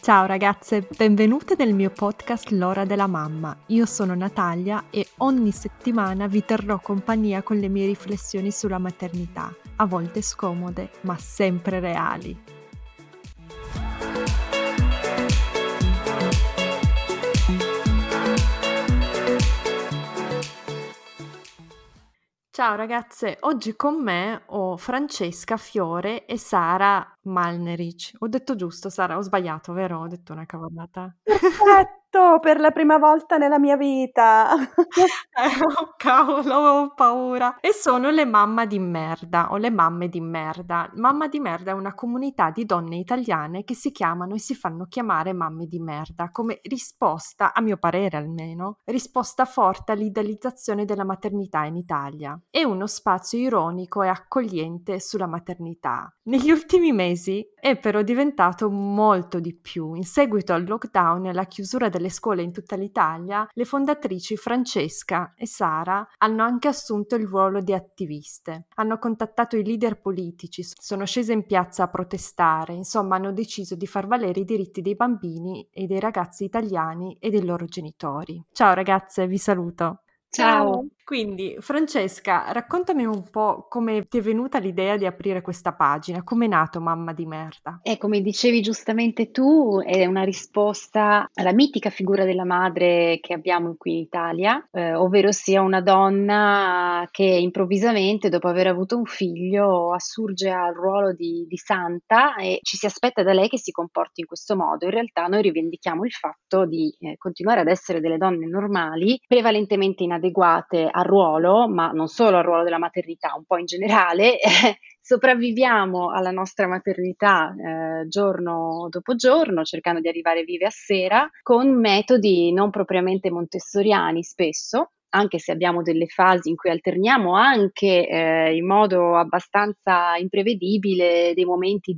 Ciao ragazze, benvenute nel mio podcast L'ora della mamma. Io sono Natalia e ogni settimana vi terrò compagnia con le mie riflessioni sulla maternità, a volte scomode, ma sempre reali. Ciao ragazze, oggi con me ho Francesca Fiore e Sara Malnerich. Ho detto giusto, Sara? Ho sbagliato, vero? Ho detto una cavolata. Perfetto, per la prima volta nella mia vita. Oh cavolo, ho paura. E sono le mamma di merda, o le mamme di merda. Mamma di merda è una comunità di donne italiane che si chiamano e si fanno chiamare mamme di merda, come risposta, a mio parere almeno, risposta forte all'idealizzazione della maternità in Italia. È uno spazio ironico e accogliente sulla maternità. Negli ultimi mesi è però diventato molto di più. In seguito al lockdown e alla chiusura delle scuole in tutta l'Italia, le fondatrici Francesca e Sara hanno anche assunto il ruolo di attiviste. Hanno contattato i leader politici, sono scese in piazza a protestare, insomma hanno deciso di far valere i diritti dei bambini e dei ragazzi italiani e dei loro genitori. Ciao ragazze, vi saluto. Ciao. Quindi, Francesca, raccontami un po' come ti è venuta l'idea di aprire questa pagina, come è nato Mamma di Merda? Come dicevi giustamente tu, è una risposta alla mitica figura della madre che abbiamo qui in Italia, ovvero sia una donna che improvvisamente, dopo aver avuto un figlio, assurge al ruolo di santa e ci si aspetta da lei che si comporti in questo modo. In realtà noi rivendichiamo il fatto di continuare ad essere delle donne normali, prevalentemente inadeguate al ruolo, ma non solo al ruolo della maternità, un po' in generale. Sopravviviamo alla nostra maternità giorno dopo giorno, cercando di arrivare vive a sera, con metodi non propriamente montessoriani spesso, anche se abbiamo delle fasi in cui alterniamo anche in modo abbastanza imprevedibile dei momenti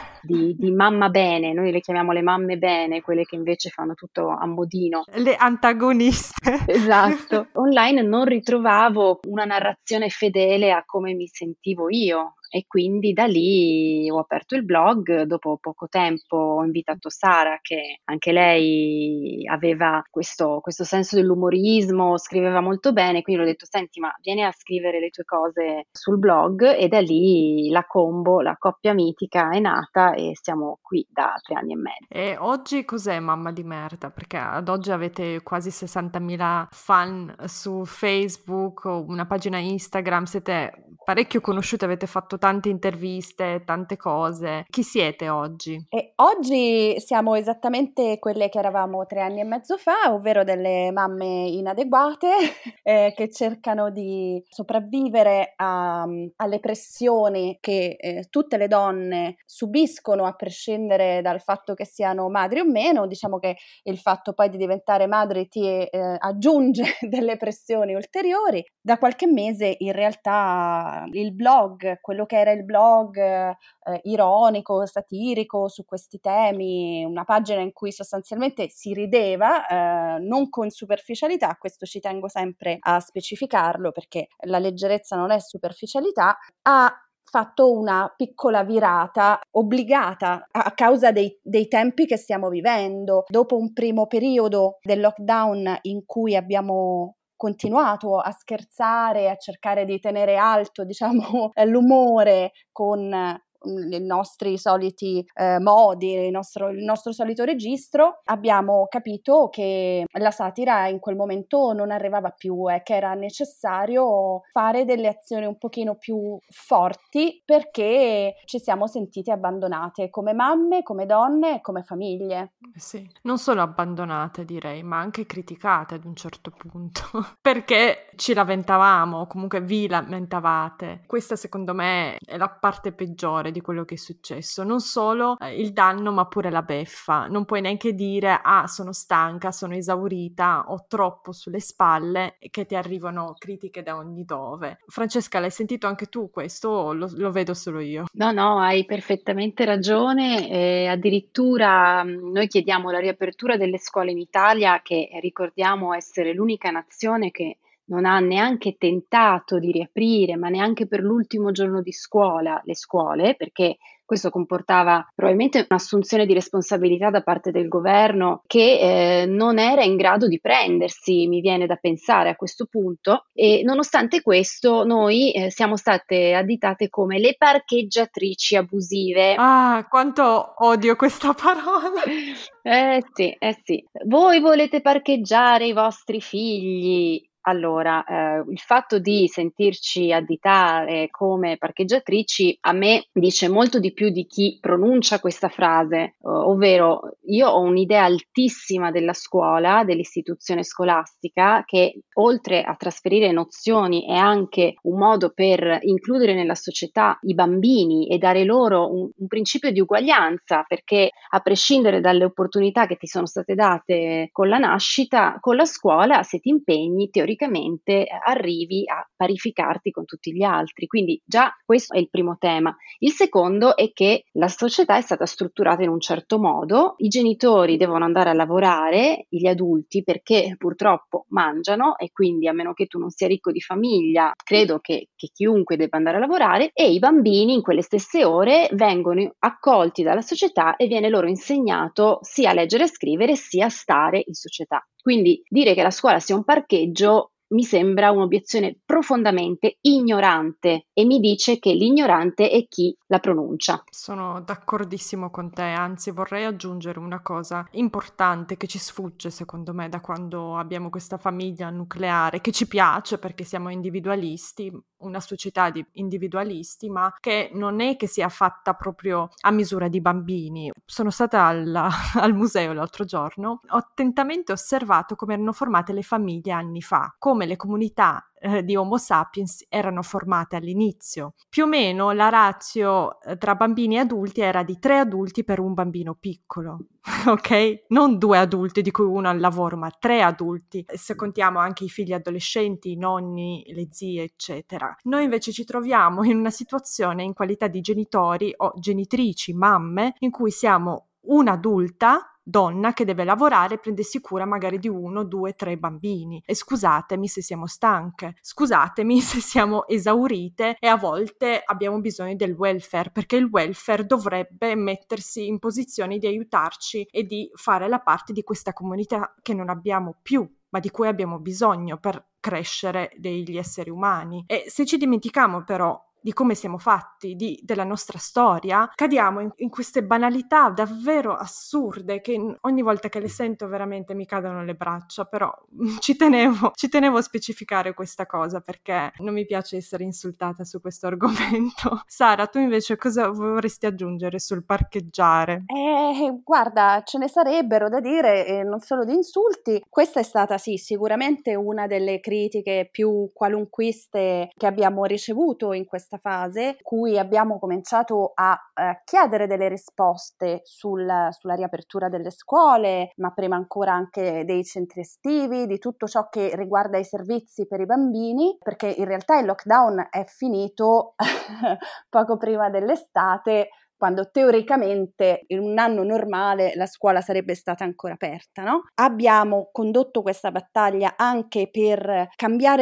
di mamma bene, noi le chiamiamo le mamme bene, quelle che invece fanno tutto a modino. Le antagoniste. Esatto. Online non ritrovavo una narrazione fedele a come mi sentivo io e quindi da lì ho aperto il blog. Dopo poco tempo ho invitato Sara, che anche lei aveva questo senso dell'umorismo, scriveva molto bene, quindi ho detto: senti, ma vieni a scrivere le tue cose sul blog, e da lì la combo, la coppia mitica è nata e siamo qui da 3 anni e mezzo. E oggi cos'è Mamma di Merda? Perché ad oggi avete quasi 60.000 fan su Facebook, o una pagina Instagram, siete parecchio conosciute, avete fatto tante interviste, tante cose. Chi siete oggi? E oggi siamo esattamente quelle che eravamo 3 anni e mezzo fa, ovvero delle mamme inadeguate che cercano di sopravvivere alle pressioni che tutte le donne subiscono, a prescindere dal fatto che siano madri o meno. Diciamo che il fatto poi di diventare madre ti aggiunge delle pressioni ulteriori. Da qualche mese in realtà il blog, quello che era il blog ironico, satirico su questi temi, una pagina in cui sostanzialmente si rideva, non con superficialità, questo ci tengo sempre a specificarlo perché la leggerezza non è superficialità, ha fatto una piccola virata obbligata a causa dei tempi che stiamo vivendo. Dopo un primo periodo del lockdown in cui abbiamo continuato a scherzare, a cercare di tenere alto, diciamo, l'umore con i nostri soliti modi, il nostro solito registro, abbiamo capito che la satira in quel momento non arrivava più e che era necessario fare delle azioni un pochino più forti, perché ci siamo sentite abbandonate come mamme, come donne e come famiglie. Sì, non solo abbandonate direi, ma anche criticate ad un certo punto, perché ci lamentavamo, comunque vi lamentavate. Questa secondo me è la parte peggiore di quello che è successo, non solo il danno ma pure la beffa. Non puoi neanche dire sono stanca, sono esaurita, ho troppo sulle spalle, e che ti arrivano critiche da ogni dove. Francesca, l'hai sentito anche tu questo o lo vedo solo io? No, hai perfettamente ragione. Addirittura noi chiediamo la riapertura delle scuole in Italia, che ricordiamo essere l'unica nazione che non ha neanche tentato di riaprire, ma neanche per l'ultimo giorno di scuola, le scuole, perché Questo comportava probabilmente un'assunzione di responsabilità da parte del governo che non era in grado di prendersi, mi viene da pensare a questo punto, e nonostante questo noi siamo state additate come le parcheggiatrici abusive. Ah, quanto odio questa parola! Sì, sì. Voi volete parcheggiare i vostri figli? Allora, il fatto di sentirci additare come parcheggiatrici a me dice molto di più di chi pronuncia questa frase, ovvero io ho un'idea altissima della scuola, dell'istituzione scolastica, che oltre a trasferire nozioni è anche un modo per includere nella società i bambini e dare loro un principio di uguaglianza, perché a prescindere dalle opportunità che ti sono state date con la nascita, con la scuola, se ti impegni, teoricamente arrivi a parificarti con tutti gli altri. Quindi già questo è il primo tema. Il secondo è che la società è stata strutturata in un certo modo, i genitori devono andare a lavorare, gli adulti, perché purtroppo mangiano, e quindi a meno che tu non sia ricco di famiglia, credo che chiunque debba andare a lavorare, e i bambini in quelle stesse ore vengono accolti dalla società e viene loro insegnato sia a leggere e a scrivere sia a stare in società. Quindi dire che la scuola sia un parcheggio mi sembra un'obiezione profondamente ignorante, e mi dice che l'ignorante è chi la pronuncia. Sono d'accordissimo con te, anzi vorrei aggiungere una cosa importante che ci sfugge secondo me da quando abbiamo questa famiglia nucleare, che ci piace perché siamo individualisti, una società di individualisti, ma che non è che sia fatta proprio a misura di bambini. Sono stata al museo l'altro giorno, ho attentamente osservato come erano formate le famiglie anni fa, come le comunità di Homo sapiens erano formate all'inizio. Più o meno la ratio tra bambini e adulti era di 3 adulti per un bambino piccolo, ok? Non 2 adulti di cui uno al lavoro, ma 3 adulti, se contiamo anche i figli adolescenti, i nonni, le zie, eccetera. Noi invece ci troviamo in una situazione in qualità di genitori o genitrici, mamme, in cui siamo un'adulta donna che deve lavorare e prendersi cura magari di 1, 2, 3 bambini. E scusatemi se siamo stanche, scusatemi se siamo esaurite e a volte abbiamo bisogno del welfare, perché il welfare dovrebbe mettersi in posizione di aiutarci e di fare la parte di questa comunità che non abbiamo più, ma di cui abbiamo bisogno per crescere degli esseri umani. E se ci dimentichiamo però di come siamo fatti, della nostra storia, cadiamo in queste banalità davvero assurde che ogni volta che le sento veramente mi cadono le braccia, però ci tenevo a specificare questa cosa perché non mi piace essere insultata su questo argomento. Sara, tu invece cosa vorresti aggiungere sul parcheggiare? Guarda, ce ne sarebbero da dire, non solo di insulti. Questa è stata sì, sicuramente una delle critiche più qualunquiste che abbiamo ricevuto in questa fase, cui abbiamo cominciato a chiedere delle risposte sulla riapertura delle scuole, ma prima ancora anche dei centri estivi, di tutto ciò che riguarda i servizi per i bambini, perché in realtà il lockdown è finito poco prima dell'estate, quando teoricamente in un anno normale la scuola sarebbe stata ancora aperta, no? Abbiamo condotto questa battaglia anche per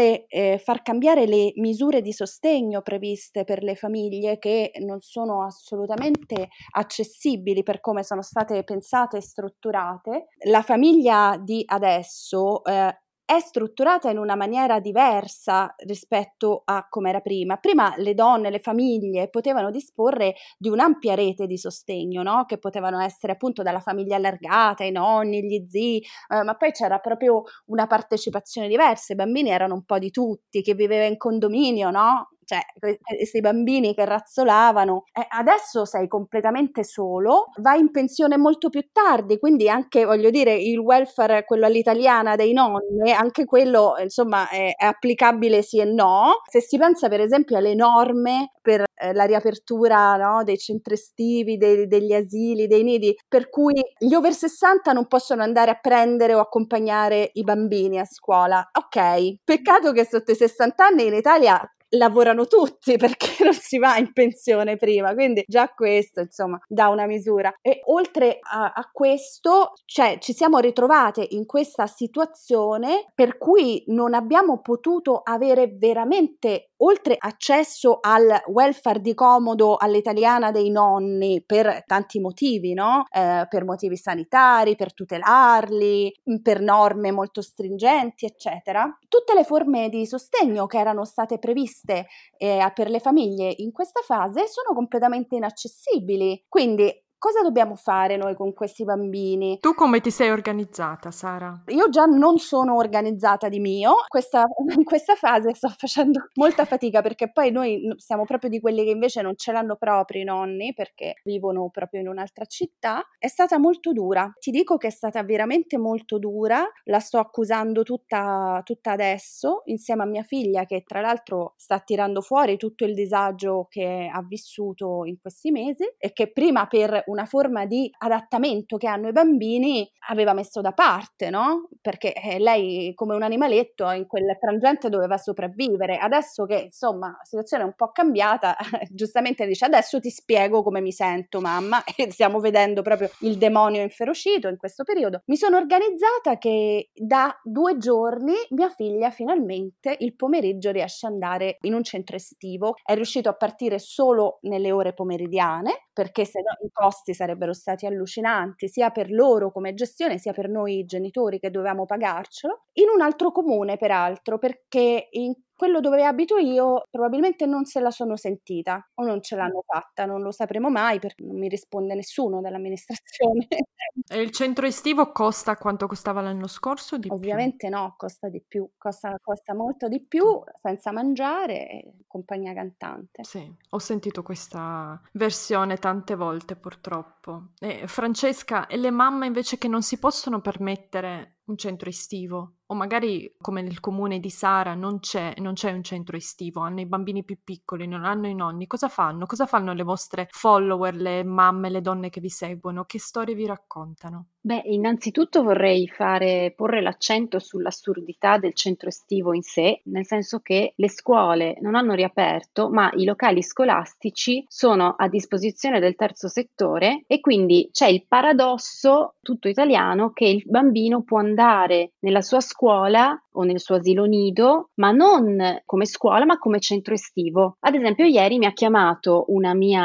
far cambiare le misure di sostegno previste per le famiglie, che non sono assolutamente accessibili per come sono state pensate e strutturate. La famiglia di adesso è strutturata in una maniera diversa rispetto a come era prima. Prima le donne, le famiglie potevano disporre di un'ampia rete di sostegno, no? Che potevano essere appunto dalla famiglia allargata, i nonni, gli zii, ma poi c'era proprio una partecipazione diversa, i bambini erano un po' di tutti, chi viveva in condominio, no? Cioè, questi bambini che razzolavano. Adesso sei completamente solo, vai in pensione molto più tardi, quindi anche, voglio dire, il welfare, quello all'italiana dei nonni, anche quello, insomma, è applicabile sì e no. Se si pensa, per esempio, alle norme per la riapertura, no, dei centri estivi, degli asili, dei nidi, per cui gli over 60 non possono andare a prendere o accompagnare i bambini a scuola. Ok, peccato che sotto i 60 anni in Italia lavorano tutti, perché non si va in pensione prima, quindi già questo insomma dà una misura. E oltre a questo, cioè, ci siamo ritrovate in questa situazione per cui non abbiamo potuto avere veramente oltre accesso al welfare di comodo all'italiana dei nonni per tanti motivi, no? Per motivi sanitari, per tutelarli, per norme molto stringenti, eccetera. Tutte le forme di sostegno che erano state previste per le famiglie in questa fase sono completamente inaccessibili. Quindi cosa dobbiamo fare noi con questi bambini? Tu come ti sei organizzata, Sara? Io già non sono organizzata di mio, in questa fase sto facendo molta fatica, perché poi noi siamo proprio di quelli che invece non ce l'hanno proprio i nonni, perché vivono proprio in un'altra città. È stata molto dura, ti dico che è stata veramente molto dura, la sto accusando tutta adesso, insieme a mia figlia, che tra l'altro sta tirando fuori tutto il disagio che ha vissuto in questi mesi e che prima, per una forma di adattamento che hanno i bambini, aveva messo da parte, no? Perché lei, come un animaletto, in quel frangente doveva sopravvivere. Adesso che insomma la situazione è un po' cambiata, giustamente dice: adesso ti spiego come mi sento, mamma. E stiamo vedendo proprio il demonio inferocito in questo periodo. Mi sono organizzata che da 2 giorni mia figlia finalmente il pomeriggio riesce ad andare in un centro estivo. È riuscito a partire solo nelle ore pomeridiane, perché se no i costi sarebbero stati allucinanti, sia per loro come gestione, sia per noi genitori che dovevamo pagarcelo, in un altro comune peraltro, perché in quello dove abito io probabilmente non se la sono sentita o non ce l'hanno fatta, non lo sapremo mai perché non mi risponde nessuno dell'amministrazione. E il centro estivo costa quanto costava l'anno scorso o di più? Ovviamente no, costa di più, costa molto di più, senza mangiare e compagnia cantante. Sì, ho sentito questa versione tante volte purtroppo. Francesca, e le mamme invece che non si possono permettere un centro estivo? O magari, come nel comune di Sara, non c'è un centro estivo, hanno i bambini più piccoli, non hanno i nonni. Cosa fanno? Cosa fanno le vostre follower, le mamme, le donne che vi seguono? Che storie vi raccontano? Beh, innanzitutto vorrei porre l'accento sull'assurdità del centro estivo in sé, nel senso che le scuole non hanno riaperto, ma i locali scolastici sono a disposizione del terzo settore e quindi c'è il paradosso tutto italiano che il bambino può andare nella sua scuola o nel suo asilo nido, ma non come scuola, ma come centro estivo. Ad esempio, ieri mi ha chiamato una mia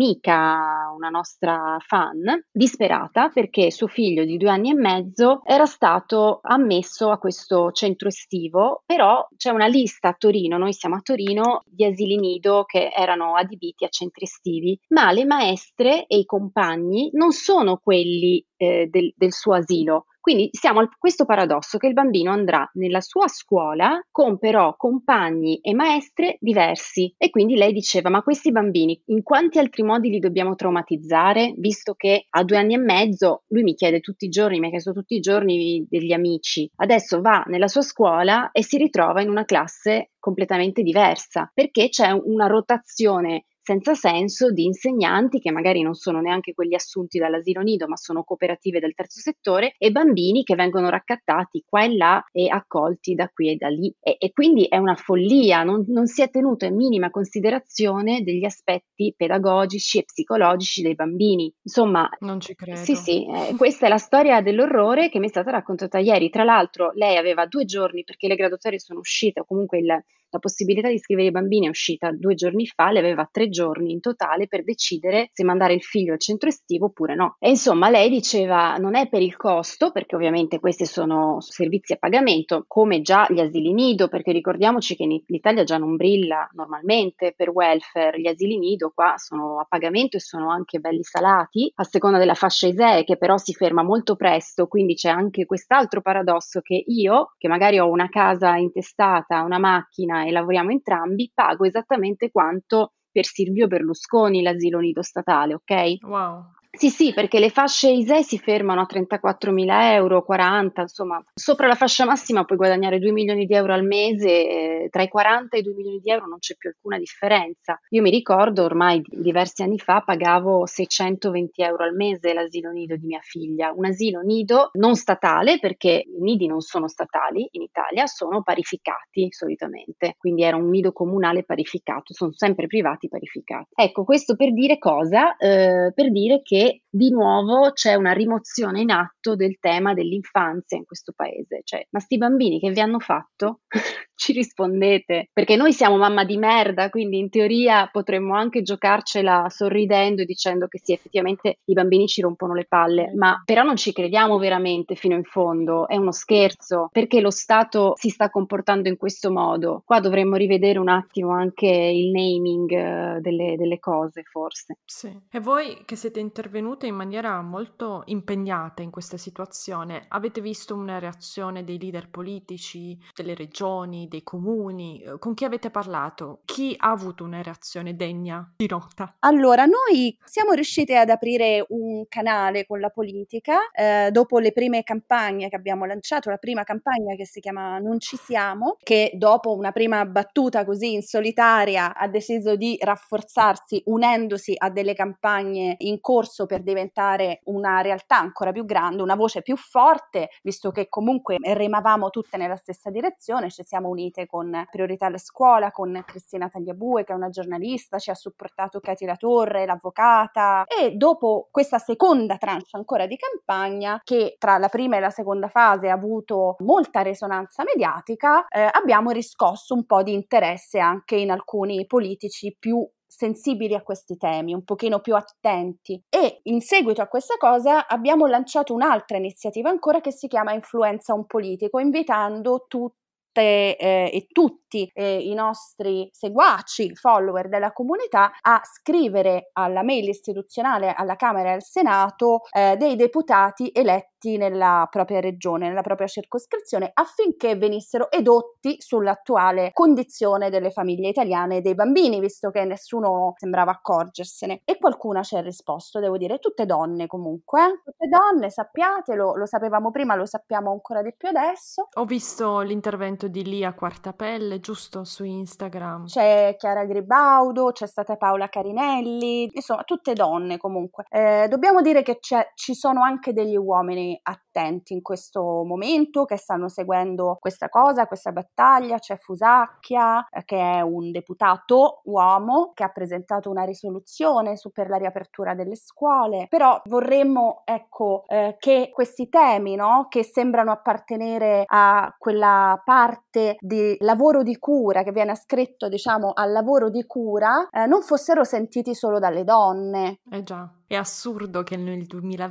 amica, una nostra fan, disperata perché suo figlio di 2 anni e mezzo era stato ammesso a questo centro estivo, però c'è una lista a Torino, noi siamo a Torino, di asili nido che erano adibiti a centri estivi, ma le maestre e i compagni non sono quelli del suo asilo. Quindi siamo a questo paradosso che il bambino andrà nella sua scuola con però compagni e maestre diversi e quindi lei diceva: ma questi bambini in quanti altri modi li dobbiamo traumatizzare, visto che a 2 anni e mezzo lui mi ha chiesto tutti i giorni degli amici, adesso va nella sua scuola e si ritrova in una classe completamente diversa perché c'è una rotazione senza senso di insegnanti che magari non sono neanche quelli assunti dall'asilo nido, ma sono cooperative del terzo settore e bambini che vengono raccattati qua e là e accolti da qui e da lì. E quindi è una follia, non si è tenuto in minima considerazione degli aspetti pedagogici e psicologici dei bambini. Insomma, Non ci credo. sì, questa è la storia dell'orrore che mi è stata raccontata ieri. Tra l'altro lei aveva 2 giorni perché le graduatorie sono uscite, o comunque la possibilità di iscrivere i bambini è uscita 2 giorni fa, le aveva 3 giorni in totale per decidere se mandare il figlio al centro estivo oppure no. E insomma lei diceva non è per il costo, perché ovviamente questi sono servizi a pagamento, come già gli asili nido, perché ricordiamoci che l'Italia già non brilla normalmente per welfare, gli asili nido qua sono a pagamento e sono anche belli salati, a seconda della fascia ISEE che però si ferma molto presto, quindi c'è anche quest'altro paradosso che io, che magari ho una casa intestata, una macchina e lavoriamo entrambi, pago esattamente quanto per Silvio Berlusconi l'asilo nido statale, ok? Wow. Sì, perché le fasce ISEE si fermano a 34.000 euro, 40, insomma, sopra la fascia massima puoi guadagnare 2 milioni di euro al mese, tra i 40 e i 2 milioni di euro non c'è più alcuna differenza. Io mi ricordo ormai diversi anni fa pagavo 620 euro al mese l'asilo nido di mia figlia, un asilo nido non statale perché i nidi non sono statali in Italia, sono parificati solitamente, quindi era un nido comunale parificato, sono sempre privati parificati. Ecco, questo per dire cosa? Per dire che di nuovo c'è una rimozione in atto del tema dell'infanzia in questo paese, cioè, ma sti bambini che vi hanno fatto? ci rispondete? Perché noi siamo mamma di merda, quindi in teoria potremmo anche giocarcela sorridendo e dicendo che sì, effettivamente i bambini ci rompono le palle, ma però non ci crediamo veramente fino in fondo, è uno scherzo, perché lo Stato si sta comportando in questo modo. Qua dovremmo rivedere un attimo anche il naming delle cose, forse. Sì. E voi che siete intervenute in maniera molto impegnata in questa situazione, avete visto una reazione dei leader politici, delle regioni, dei comuni? Con chi avete parlato? Chi ha avuto una reazione degna di nota? Allora, noi siamo riusciti ad aprire un canale con la politica, dopo le prime campagne che abbiamo lanciato, la prima campagna che si chiama Non ci siamo, che dopo una prima battuta così in solitaria ha deciso di rafforzarsi unendosi a delle campagne in corso per diventare una realtà ancora più grande, una voce più forte, visto che comunque remavamo tutte nella stessa direzione. Ci siamo unite con Priorità alla Scuola, con Cristina Tagliabue, che è una giornalista, ci ha supportato Katy La Torre, l'avvocata, e dopo questa seconda tranche ancora di campagna, che tra la prima e la seconda fase ha avuto molta risonanza mediatica, abbiamo riscosso un po' di interesse anche in alcuni politici più sensibili a questi temi, un pochino più attenti, e in seguito a questa cosa abbiamo lanciato un'altra iniziativa ancora che si chiama Influenza un politico, invitando e tutti i nostri seguaci, follower della comunità, a scrivere alla mail istituzionale alla Camera e al Senato dei deputati eletti nella propria regione, nella propria circoscrizione, affinché venissero edotti sull'attuale condizione delle famiglie italiane e dei bambini, visto che nessuno sembrava accorgersene. E qualcuna ci ha risposto, devo dire, tutte donne comunque, tutte donne, sappiatelo, lo sapevamo prima, lo sappiamo ancora di più adesso. Ho visto l'intervento di Lia Quartapelle, giusto, su Instagram. C'è Chiara Gribaudo, c'è stata Paola Carinelli, insomma tutte donne comunque. Dobbiamo dire che ci sono anche degli uomini attenti in questo momento che stanno seguendo questa cosa, questa battaglia. C'è Fusacchia, che è un deputato uomo che ha presentato una risoluzione per la riapertura delle scuole, però vorremmo, ecco, che questi temi, no, che sembrano appartenere a quella parte di lavoro di cura che viene ascritto, diciamo, al lavoro di cura, non fossero sentiti solo dalle donne. Già, è assurdo che nel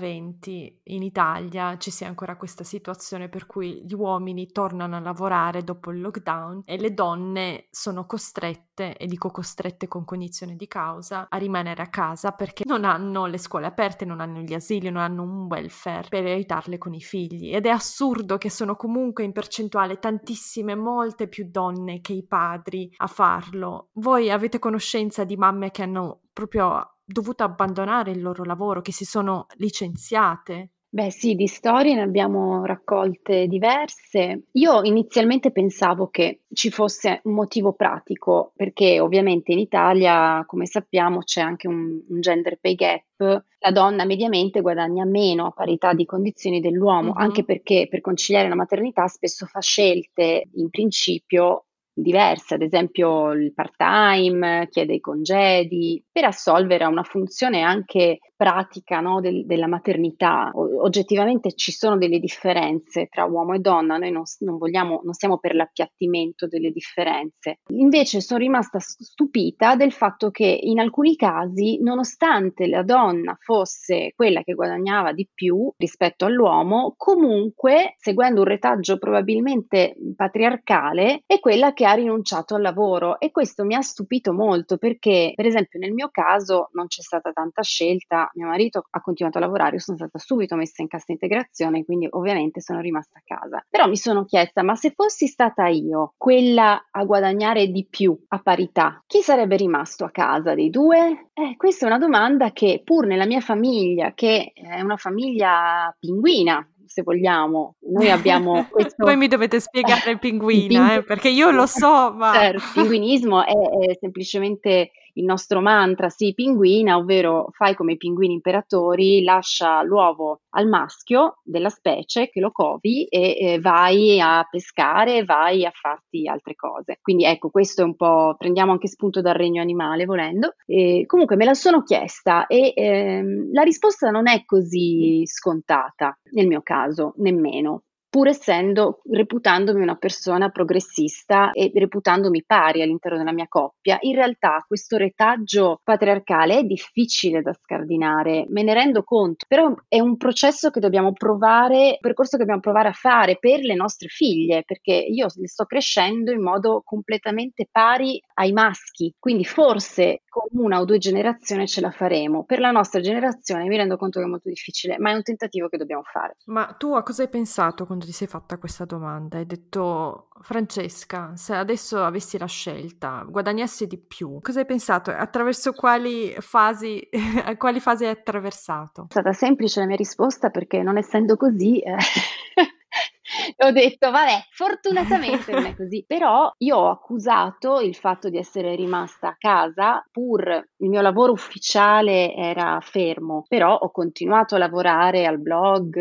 2020 in Italia ci sia ancora questa situazione per cui gli uomini tornano a lavorare dopo il lockdown e le donne sono costrette, e dico costrette con cognizione di causa, a rimanere a casa perché non hanno le scuole aperte, non hanno gli asili, non hanno un welfare per aiutarle con i figli. Ed è assurdo che sono comunque in percentuale tantissime, molte più donne che i padri a farlo. Voi avete conoscenza di mamme che hanno proprio dovuto abbandonare il loro lavoro, che si sono licenziate? Beh sì, di storie ne abbiamo raccolte diverse. Io inizialmente pensavo che ci fosse un motivo pratico, perché ovviamente in Italia, come sappiamo, c'è anche un gender pay gap. La donna mediamente guadagna meno a parità di condizioni dell'uomo, anche perché per conciliare la maternità spesso fa scelte in principio diverse, ad esempio il part-time, chiede i congedi, per assolvere a una funzione anche pratica, no, della maternità. Oggettivamente ci sono delle differenze tra uomo e donna, noi non siamo per l'appiattimento delle differenze. Invece sono rimasta stupita del fatto che in alcuni casi, nonostante la donna fosse quella che guadagnava di più rispetto all'uomo, comunque, seguendo un retaggio probabilmente patriarcale, è quella che ha rinunciato al lavoro, e questo mi ha stupito molto perché, per esempio, nel mio caso non c'è stata tanta scelta, mio marito ha continuato a lavorare, io sono stata subito messa in cassa integrazione, quindi ovviamente sono rimasta a casa. Però mi sono chiesta, ma se fossi stata io quella a guadagnare di più a parità, chi sarebbe rimasto a casa dei due? Questa è una domanda che pur nella mia famiglia, che è una famiglia pinguina, se vogliamo, noi abbiamo questo... Voi mi dovete spiegare il pinguina, perché io lo so, ma... Certo, il pinguinismo è semplicemente il nostro mantra, sì, pinguina, ovvero fai come i pinguini imperatori, lascia l'uovo al maschio della specie che lo covi e vai a pescare, vai a farti altre cose. Quindi ecco, questo è un po', prendiamo anche spunto dal regno animale volendo. Comunque me la sono chiesta e la risposta non è così scontata nel mio caso, nemmeno. pur reputandomi una persona progressista e reputandomi pari all'interno della mia coppia. In realtà questo retaggio patriarcale è difficile da scardinare, me ne rendo conto, però è un processo che dobbiamo provare, un percorso che dobbiamo provare a fare per le nostre figlie, perché io le sto crescendo in modo completamente pari ai maschi, quindi forse con 1 o 2 generazioni ce la faremo. Per la nostra generazione mi rendo conto che è molto difficile, ma è un tentativo che dobbiamo fare. Ma tu a cosa hai pensato quando ti sei fatta questa domanda? Hai detto, Francesca, se adesso avessi la scelta, guadagnassi di più, cosa hai pensato? Attraverso quali fasi, quali fasi hai attraversato? È stata semplice la mia risposta perché non essendo così, ho detto vabbè, fortunatamente non è così, però io ho accusato il fatto di essere rimasta a casa, pur il mio lavoro ufficiale era fermo, però ho continuato a lavorare al blog,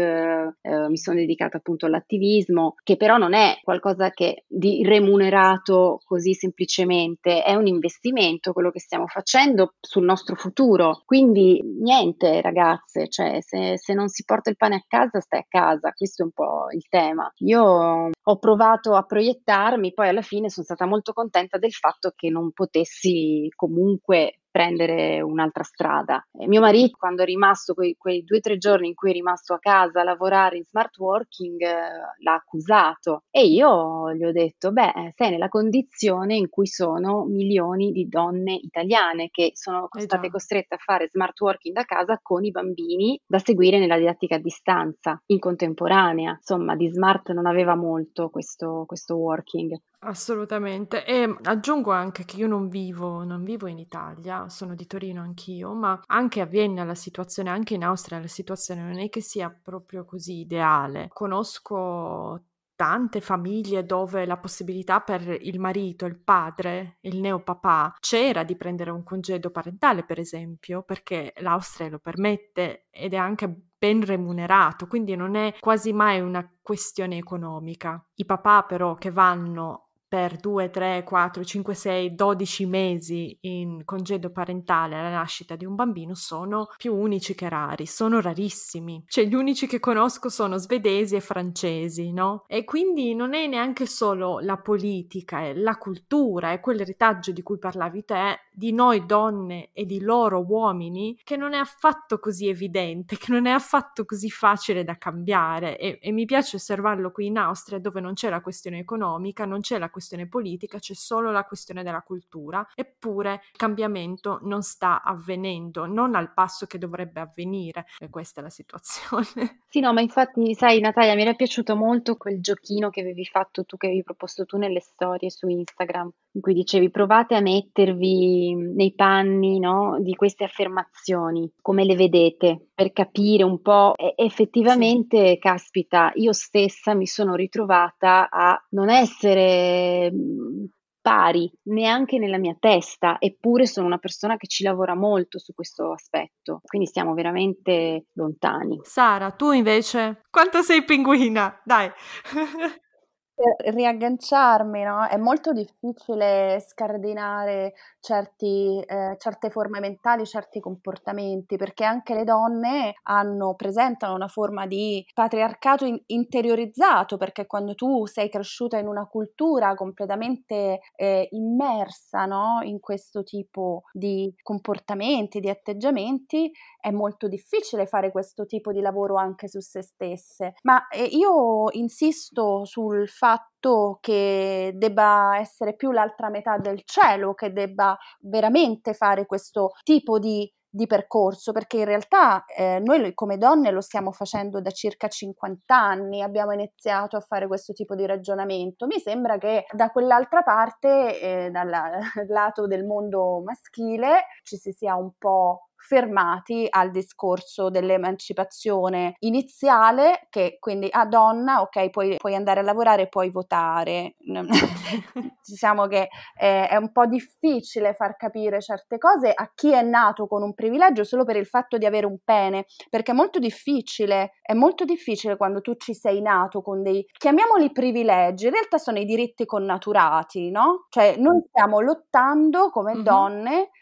mi sono dedicata appunto all'attivismo, che però non è qualcosa di remunerato così semplicemente, è un investimento quello che stiamo facendo sul nostro futuro. Quindi niente, ragazze, cioè se non si porta il pane a casa, stai a casa, questo è un po' il tema. Io ho provato a proiettarmi, poi alla fine sono stata molto contenta del fatto che non potessi comunque prendere un'altra strada. Mio marito, quando è rimasto quei 2 o 3 giorni in cui è rimasto a casa a lavorare in smart working, l'ha accusato e io gli ho detto: beh, sei nella condizione in cui sono milioni di donne italiane che sono state Già. costrette a fare smart working da casa con i bambini da seguire nella didattica a distanza in contemporanea. Insomma, di smart non aveva molto questo working. Assolutamente. E aggiungo anche che io non vivo in Italia, sono di Torino anch'io, ma anche a Vienna la situazione, anche in Austria la situazione non è che sia proprio così ideale. Conosco tante famiglie dove la possibilità per il marito, il padre, il neopapà, c'era di prendere un congedo parentale, per esempio, perché l'Austria lo permette ed è anche ben remunerato, quindi non è quasi mai una questione economica. I papà però che vanno per 2, 3, 4, 5, 6, 12 mesi in congedo parentale alla nascita di un bambino sono più unici che rari, sono rarissimi. Cioè gli unici che conosco sono svedesi e francesi, no? E quindi non è neanche solo la politica, è la cultura, è quel retaggio di cui parlavi te, di noi donne e di loro uomini, che non è affatto così evidente, che non è affatto così facile da cambiare e mi piace osservarlo qui in Austria dove non c'è la questione economica, non c'è la questione politica, c'è solo la questione della cultura, eppure il cambiamento non sta avvenendo, non al passo che dovrebbe avvenire, e questa è la situazione. Sì, no, ma infatti, sai, Natalia, mi era piaciuto molto quel giochino che avevi fatto tu, che avevi proposto tu nelle storie su Instagram, in cui dicevi provate a mettervi nei panni, no, di queste affermazioni, come le vedete, per capire un po'. E Sì. effettivamente, caspita, io stessa mi sono ritrovata a non essere pari neanche nella mia testa, eppure sono una persona che ci lavora molto su questo aspetto, quindi stiamo veramente lontani. Sara, tu invece? Quanto sei pinguina? Dai. Per riagganciarmi, no, è molto difficile scardinare certe forme mentali, certi comportamenti, perché anche le donne presentano una forma di patriarcato interiorizzato, perché quando tu sei cresciuta in una cultura completamente immersa, no, in questo tipo di comportamenti, di atteggiamenti, è molto difficile fare questo tipo di lavoro anche su se stesse. Ma io insisto sul fatto che debba essere più l'altra metà del cielo, che debba veramente fare questo tipo di percorso, perché in realtà noi come donne lo stiamo facendo da circa 50 anni, abbiamo iniziato a fare questo tipo di ragionamento. Mi sembra che da quell'altra parte, dal lato del mondo maschile, ci si sia un po' fermati al discorso dell'emancipazione iniziale, che quindi a donna, ok, puoi andare a lavorare e puoi votare. Diciamo che è un po' difficile far capire certe cose a chi è nato con un privilegio solo per il fatto di avere un pene, perché è molto difficile quando tu ci sei nato con dei, chiamiamoli privilegi, in realtà sono i diritti connaturati, no? Cioè noi stiamo lottando come Mhm. donne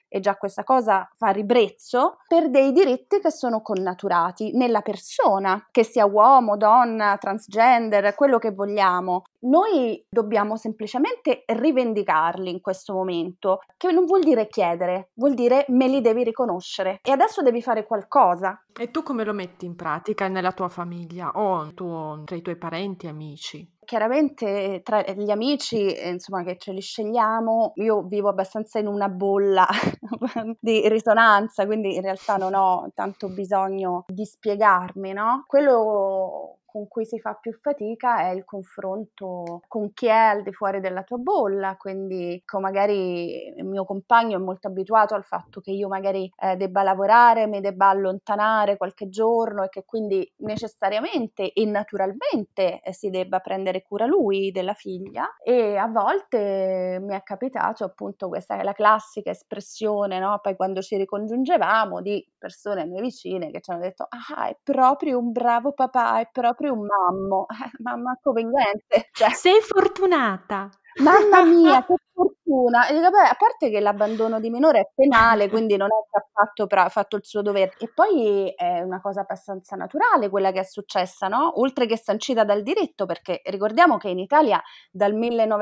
e già questa cosa fa ribrezzo, per dei diritti che sono connaturati nella persona, che sia uomo, donna, transgender, quello che vogliamo. Noi dobbiamo semplicemente rivendicarli in questo momento, che non vuol dire chiedere, vuol dire me li devi riconoscere e adesso devi fare qualcosa. E tu come lo metti in pratica nella tua famiglia o tra i tuoi parenti e amici? Chiaramente tra gli amici, insomma, che ce li scegliamo, io vivo abbastanza in una bolla di risonanza, quindi in realtà non ho tanto bisogno di spiegarmi, no? Quello con cui si fa più fatica è il confronto con chi è al di fuori della tua bolla, quindi magari il mio compagno è molto abituato al fatto che io magari debba lavorare, mi debba allontanare qualche giorno e che quindi necessariamente e naturalmente si debba prendere cura lui della figlia, e a volte mi è capitato appunto, questa è la classica espressione, no? Poi quando ci ricongiungevamo, di persone a me vicine che ci hanno detto: ah, è proprio un bravo papà, è proprio un mammo. Mamma conveniente, cioè, Sei fortunata! mamma mia, che fortuna! E dico, beh, a parte che l'abbandono di minore è penale, quindi non è che ha fatto il suo dovere. E poi è una cosa abbastanza naturale quella che è successa, no? Oltre che sancita dal diritto, perché ricordiamo che in Italia dal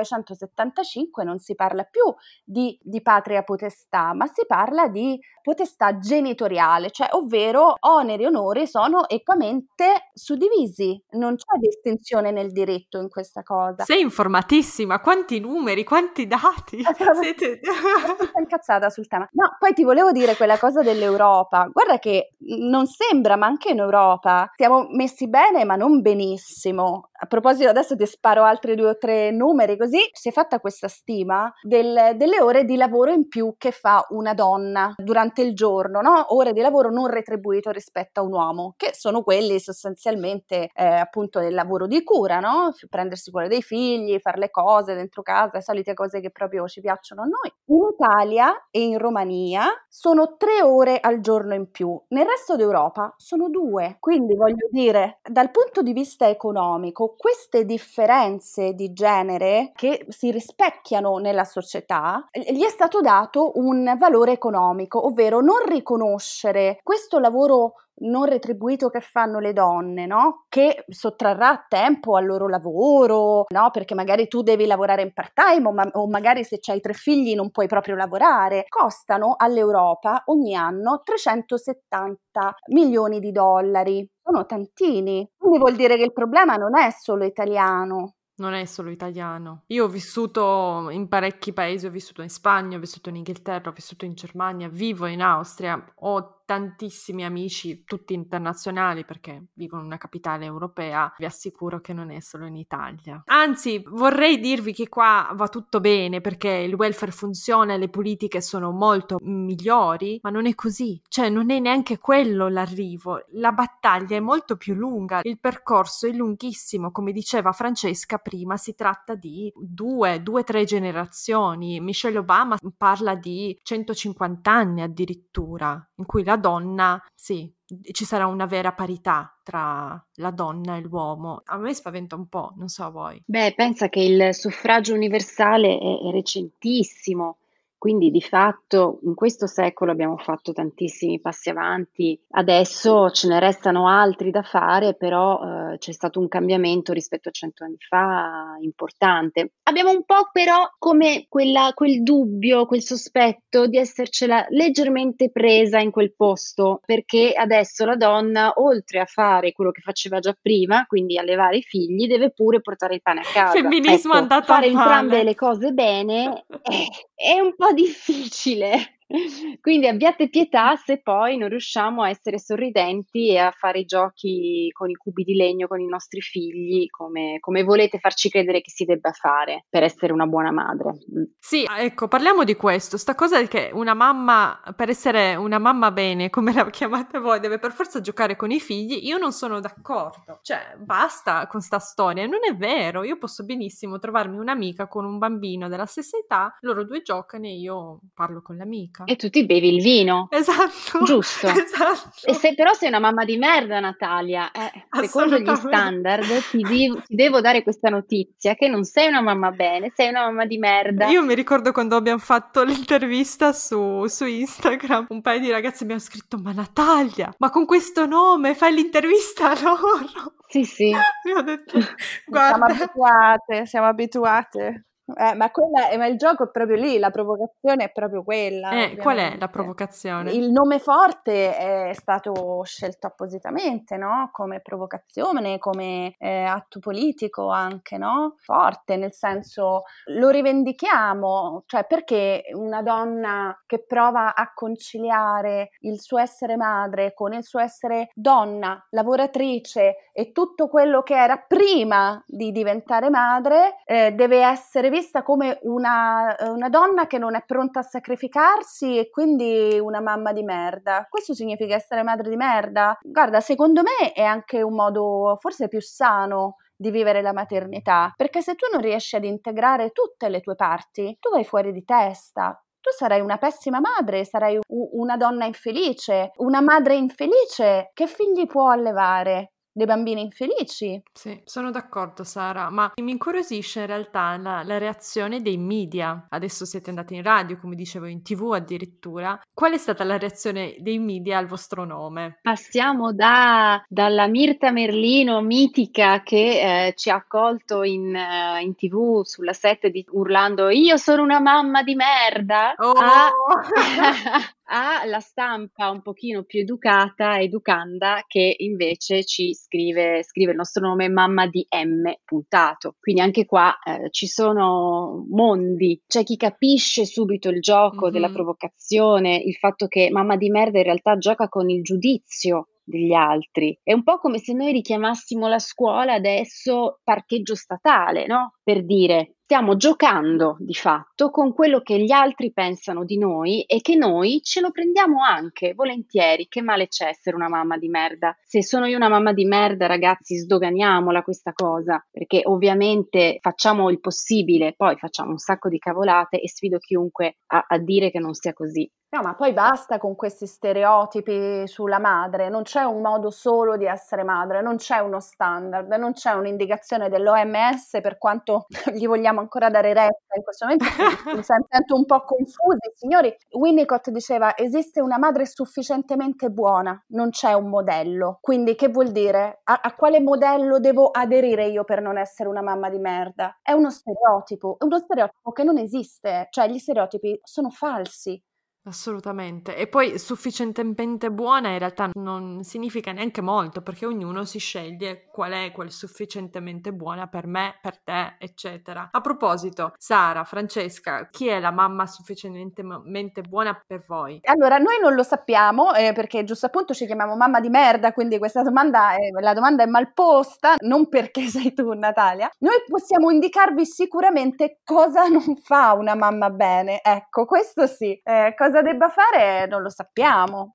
1975 non si parla più di patria potestà, ma si parla di potestà genitoriale, cioè ovvero oneri e onori sono equamente suddivisi, non c'è distinzione nel diritto in questa cosa. Sei informatissima, quanti numeri, quanti dati! Siete... Sono incazzata sul tema. No, poi ti volevo dire quella cosa dell'Europa. Guarda che non sembra, ma anche in Europa siamo messi bene, ma non benissimo. A proposito, adesso ti sparo altri 2 o 3 numeri, così si è fatta questa stima delle ore di lavoro in più che fa una donna durante il giorno, no? Ore di lavoro non retribuito rispetto a un uomo, che sono quelli sostanzialmente appunto del lavoro di cura, no? Prendersi cura dei figli, fare le cose dentro casa, le solite cose che proprio ci piacciono a noi. In Italia e in Romania sono 3 ore al giorno in più, nel resto d'Europa sono 2. Quindi voglio dire, dal punto di vista economico, queste differenze di genere che si rispecchiano nella società, gli è stato dato un valore economico, ovvero non riconoscere questo lavoro non retribuito che fanno le donne, no? Che sottrarrà tempo al loro lavoro, no? Perché magari tu devi lavorare in part-time o magari se c'hai 3 figli non puoi proprio lavorare. Costano all'Europa ogni anno 370 milioni di dollari. Sono tantini. Quindi vuol dire che il problema non è solo italiano. Non è solo italiano. Io ho vissuto in parecchi paesi, ho vissuto in Spagna, ho vissuto in Inghilterra, ho vissuto in Germania, vivo in Austria, ho tantissimi amici, tutti internazionali perché vivo in una capitale europea. Vi assicuro che non è solo in Italia. Anzi, vorrei dirvi che qua va tutto bene perché il welfare funziona, le politiche sono molto migliori, ma non è così. Cioè, non è neanche quello l'arrivo. La battaglia è molto più lunga, il percorso è lunghissimo, come diceva Francesca prima, si tratta di 2-3 generazioni. Michelle Obama parla di 150 anni addirittura, in cui la donna, sì, ci sarà una vera parità tra la donna e l'uomo. A me spaventa un po', non so a voi. Beh, pensa che il suffragio universale è recentissimo, quindi di fatto in questo secolo abbiamo fatto tantissimi passi avanti, adesso ce ne restano altri da fare, però c'è stato un cambiamento rispetto a 100 anni fa importante. Abbiamo un po' però come quel dubbio, quel sospetto di essercela leggermente presa in quel posto, perché adesso la donna, oltre a fare quello che faceva già prima, quindi allevare i figli, deve pure portare il pane a casa. Femminismo Ecco, andato fare a entrambe male. le cose bene è un po' difficile. Quindi abbiate pietà se poi non riusciamo a essere sorridenti e a fare i giochi con i cubi di legno con i nostri figli, come volete farci credere che si debba fare per essere una buona madre. Sì, ecco, parliamo di questo. Sta cosa è che una mamma, per essere una mamma bene, come la chiamate voi, deve per forza giocare con i figli. Io non sono d'accordo. Cioè, basta con sta storia. Non è vero. Io posso benissimo trovarmi un'amica con un bambino della stessa età, loro 2 giocano e io parlo con l'amica. bianca. E tu ti bevi il vino. Esatto. Giusto. Esatto. E però sei una mamma di merda, Natalia. Secondo gli standard ti devo dare questa notizia che non sei una mamma bene, sei una mamma di merda. Io mi ricordo quando abbiamo fatto l'intervista su Instagram, un paio di ragazzi abbiamo scritto: ma Natalia, ma con questo nome fai l'intervista a loro? Sì. Mi ho detto, guarda. Siamo abituate. Ma il gioco è proprio lì, la provocazione è proprio quella. Qual è la provocazione? Il nome forte è stato scelto appositamente, no? Come provocazione, come atto politico anche, no? Forte, nel senso lo rivendichiamo, cioè perché una donna che prova a conciliare il suo essere madre con il suo essere donna, lavoratrice e tutto quello che era prima di diventare madre deve essere vista come una donna che non è pronta a sacrificarsi e quindi una mamma di merda. Questo significa essere madre di merda? Guarda, secondo me è anche un modo forse più sano di vivere la maternità, perché se tu non riesci ad integrare tutte le tue parti, tu vai fuori di testa. Tu sarai una pessima madre, sarai una donna infelice, una madre infelice. Che figli può allevare? Dei bambini infelici. Sì, sono d'accordo Sara, ma mi incuriosisce in realtà la reazione dei media. Adesso siete andati in radio, come dicevo, in TV addirittura. Qual è stata la reazione dei media al vostro nome? Passiamo dalla Mirta Merlino mitica che ci ha accolto in TV sulla 7 urlando "Io sono una mamma di merda", alla stampa un pochino più educata, educanda, che invece ci scrive il nostro nome mamma di M puntato. Quindi anche qua ci sono mondi. C'è chi capisce subito il gioco della provocazione, il fatto che mamma di merda in realtà gioca con il giudizio degli altri. È un po' come se noi richiamassimo la scuola adesso parcheggio statale, no? Per dire, stiamo giocando di fatto con quello che gli altri pensano di noi e che noi ce lo prendiamo anche volentieri. Che male c'è essere una mamma di merda? Se sono io una mamma di merda, ragazzi, sdoganiamola questa cosa, perché ovviamente facciamo il possibile, poi facciamo un sacco di cavolate e sfido chiunque a dire che non sia così. No, ma poi basta con questi stereotipi sulla madre, non c'è un modo solo di essere madre, non c'è uno standard, non c'è un'indicazione dell'OMS, per quanto gli vogliamo ancora dare retta in questo momento, mi sento un po' confusi. Signori, Winnicott diceva esiste una madre sufficientemente buona, non c'è un modello, quindi che vuol dire? A quale modello devo aderire io per non essere una mamma di merda? È uno stereotipo che non esiste, cioè gli stereotipi sono falsi. Assolutamente. E poi sufficientemente buona in realtà non significa neanche molto, perché ognuno si sceglie qual è quel sufficientemente buona per me, per te, eccetera. A proposito, Sara, Francesca, chi è la mamma sufficientemente buona per voi? Allora, noi non lo sappiamo, perché giusto appunto ci chiamiamo mamma di merda, quindi questa domanda la domanda è mal posta, non perché sei tu, Natalia. Noi possiamo indicarvi sicuramente cosa non fa una mamma bene, ecco, questo sì. Cosa debba fare non lo sappiamo.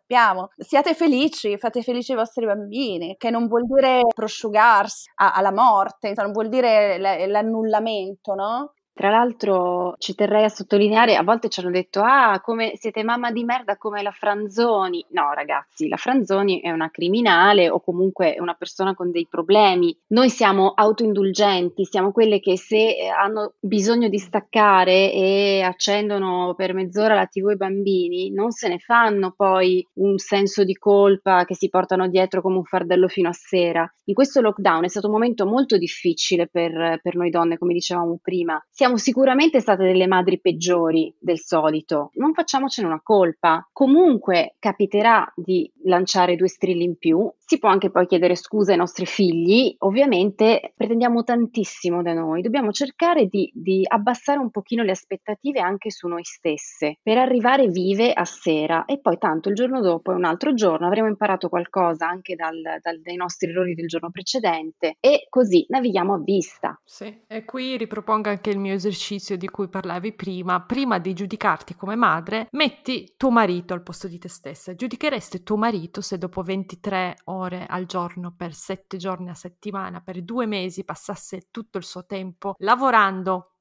Siate felici, fate felici i vostri bambini, che non vuol dire prosciugarsi alla morte, non vuol dire l'annullamento, no? Tra l'altro ci terrei a sottolineare, a volte ci hanno detto come siete mamma di merda come la Franzoni. No ragazzi, la Franzoni è una criminale o comunque è una persona con dei problemi. Noi siamo autoindulgenti, siamo quelle che se hanno bisogno di staccare e accendono per mezz'ora la TV ai bambini, non se ne fanno poi un senso di colpa che si portano dietro come un fardello fino a sera. In questo lockdown è stato un momento molto difficile per noi donne, come dicevamo prima. Siamo sicuramente state delle madri peggiori del solito, non facciamocene una colpa. Comunque capiterà di lanciare 2 strilli in più, si può anche poi chiedere scusa ai nostri figli, ovviamente pretendiamo tantissimo da noi, dobbiamo cercare di abbassare un pochino le aspettative anche su noi stesse, per arrivare vive a sera e poi tanto il giorno dopo è un altro giorno, avremo imparato qualcosa anche dai nostri errori del giorno precedente e così navighiamo a vista. Sì, e qui ripropongo anche il mio esercizio di cui parlavi prima di giudicarti come madre, metti tuo marito al posto di te stessa. Giudicheresti tuo marito se dopo 23 ore al giorno per 7 giorni a settimana, per 2 mesi, passasse tutto il suo tempo lavorando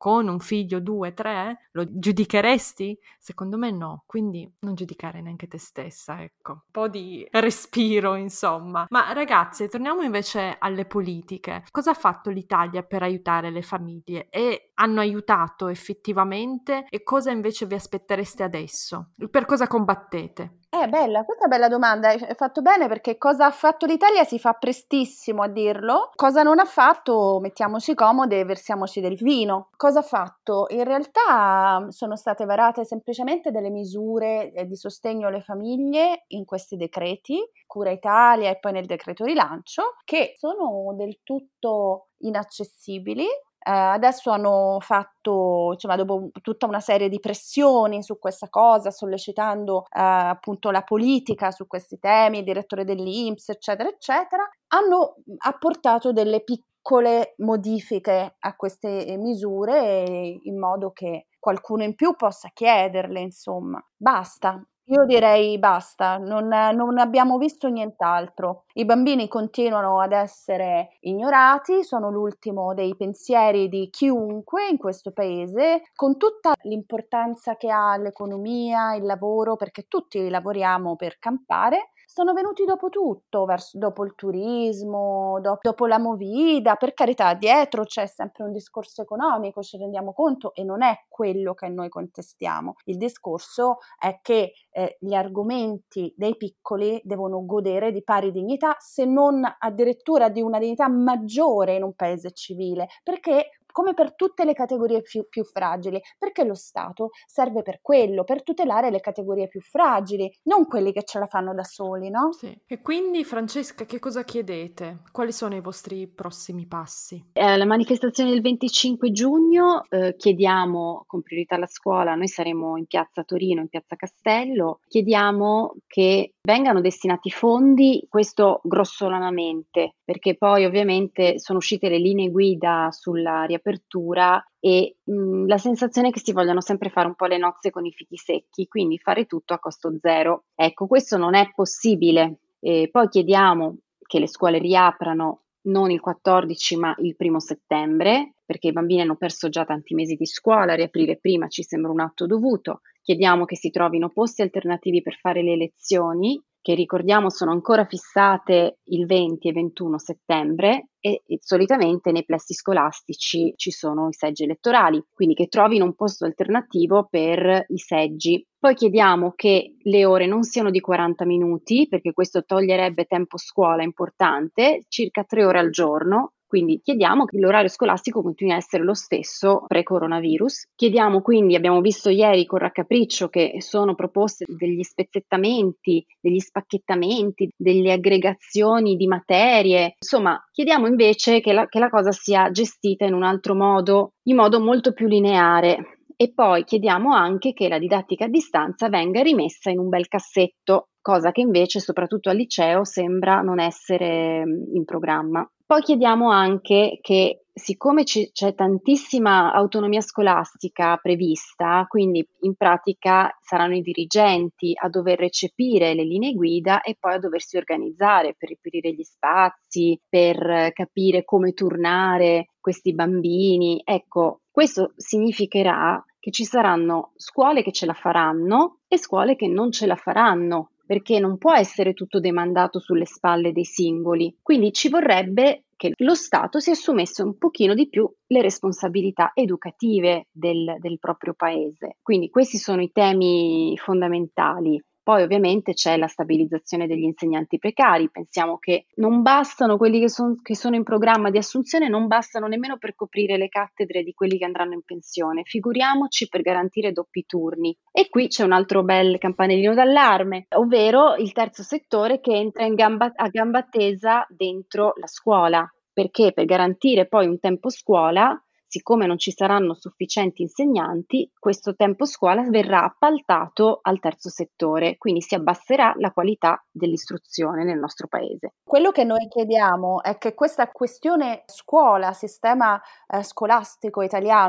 con un figlio, 2, 3, lo giudicheresti? Secondo me no, quindi non giudicare neanche te stessa, ecco. Un po' di respiro, insomma. Ma ragazze, torniamo invece alle politiche. Cosa ha fatto l'Italia per aiutare le famiglie? E hanno aiutato effettivamente? E cosa invece vi aspettereste adesso? Per cosa combattete? Bella, questa è una bella domanda, hai fatto bene perché cosa ha fatto l'Italia si fa prestissimo a dirlo, cosa non ha fatto mettiamoci comode e versiamoci del vino. Cosa ha fatto? In realtà sono state varate semplicemente delle misure di sostegno alle famiglie in questi decreti, Cura Italia e poi nel decreto rilancio, che sono del tutto inaccessibili. Adesso hanno fatto, insomma, dopo tutta una serie di pressioni su questa cosa, sollecitando appunto la politica su questi temi, il direttore dell'INPS, eccetera, eccetera, hanno apportato delle piccole modifiche a queste misure in modo che qualcuno in più possa chiederle, insomma. Basta. Io direi basta, non abbiamo visto nient'altro. I bambini continuano ad essere ignorati, sono l'ultimo dei pensieri di chiunque in questo paese, con tutta l'importanza che ha l'economia, il lavoro, perché tutti lavoriamo per campare. Sono venuti dopo tutto, dopo il turismo, dopo la movida, per carità, dietro c'è sempre un discorso economico, ci rendiamo conto, e non è quello che noi contestiamo. Il discorso è che gli argomenti dei piccoli devono godere di pari dignità, se non addirittura di una dignità maggiore in un paese civile, perché come per tutte le categorie più fragili, perché lo Stato serve per quello, per tutelare le categorie più fragili, non quelli che ce la fanno da soli, no? Sì. E quindi, Francesca, che cosa chiedete? Quali sono i vostri prossimi passi? Alla manifestazione del 25 giugno chiediamo con priorità alla scuola, noi saremo in piazza Torino, in piazza Castello, chiediamo che vengano destinati fondi, questo grossolanamente, perché poi ovviamente sono uscite le linee guida sulla riapertura e la sensazione è che si vogliano sempre fare un po' le nozze con i fichi secchi, quindi fare tutto a costo zero. Ecco, questo non è possibile. E poi chiediamo che le scuole riaprano non il 14 ma il 1° settembre, perché i bambini hanno perso già tanti mesi di scuola, riaprire prima ci sembra un atto dovuto. Chiediamo che si trovino posti alternativi per fare le lezioni, che ricordiamo sono ancora fissate il 20 e 21 settembre e solitamente nei plessi scolastici ci sono i seggi elettorali, quindi che trovino un posto alternativo per i seggi. Poi chiediamo che le ore non siano di 40 minuti, perché questo toglierebbe tempo scuola importante, circa 3 ore al giorno. Quindi chiediamo che l'orario scolastico continui a essere lo stesso pre-coronavirus. Chiediamo quindi, abbiamo visto ieri con raccapriccio che sono proposte degli spezzettamenti, degli spacchettamenti, delle aggregazioni di materie. Insomma, chiediamo invece che la cosa sia gestita in un altro modo, in modo molto più lineare. E poi chiediamo anche che la didattica a distanza venga rimessa in un bel cassetto, cosa che invece soprattutto al liceo sembra non essere in programma. Poi chiediamo anche che, siccome c'è tantissima autonomia scolastica prevista, quindi in pratica saranno i dirigenti a dover recepire le linee guida e poi a doversi organizzare per riempire gli spazi, per capire come turnare questi bambini. Ecco, questo significherà che ci saranno scuole che ce la faranno e scuole che non ce la faranno, perché non può essere tutto demandato sulle spalle dei singoli. Quindi ci vorrebbe che lo Stato si assumesse un pochino di più le responsabilità educative del proprio paese. Quindi questi sono i temi fondamentali. Poi ovviamente c'è la stabilizzazione degli insegnanti precari, pensiamo che non bastano quelli che sono in programma di assunzione, non bastano nemmeno per coprire le cattedre di quelli che andranno in pensione, figuriamoci per garantire doppi turni. E qui c'è un altro bel campanellino d'allarme, ovvero il terzo settore che entra a gamba tesa dentro la scuola, perché per garantire poi un tempo scuola, siccome non ci saranno sufficienti insegnanti, questo tempo scuola verrà appaltato al terzo settore, quindi si abbasserà la qualità dell'istruzione nel nostro paese. Quello che noi chiediamo è che questa questione scuola, sistema scolastico italiano,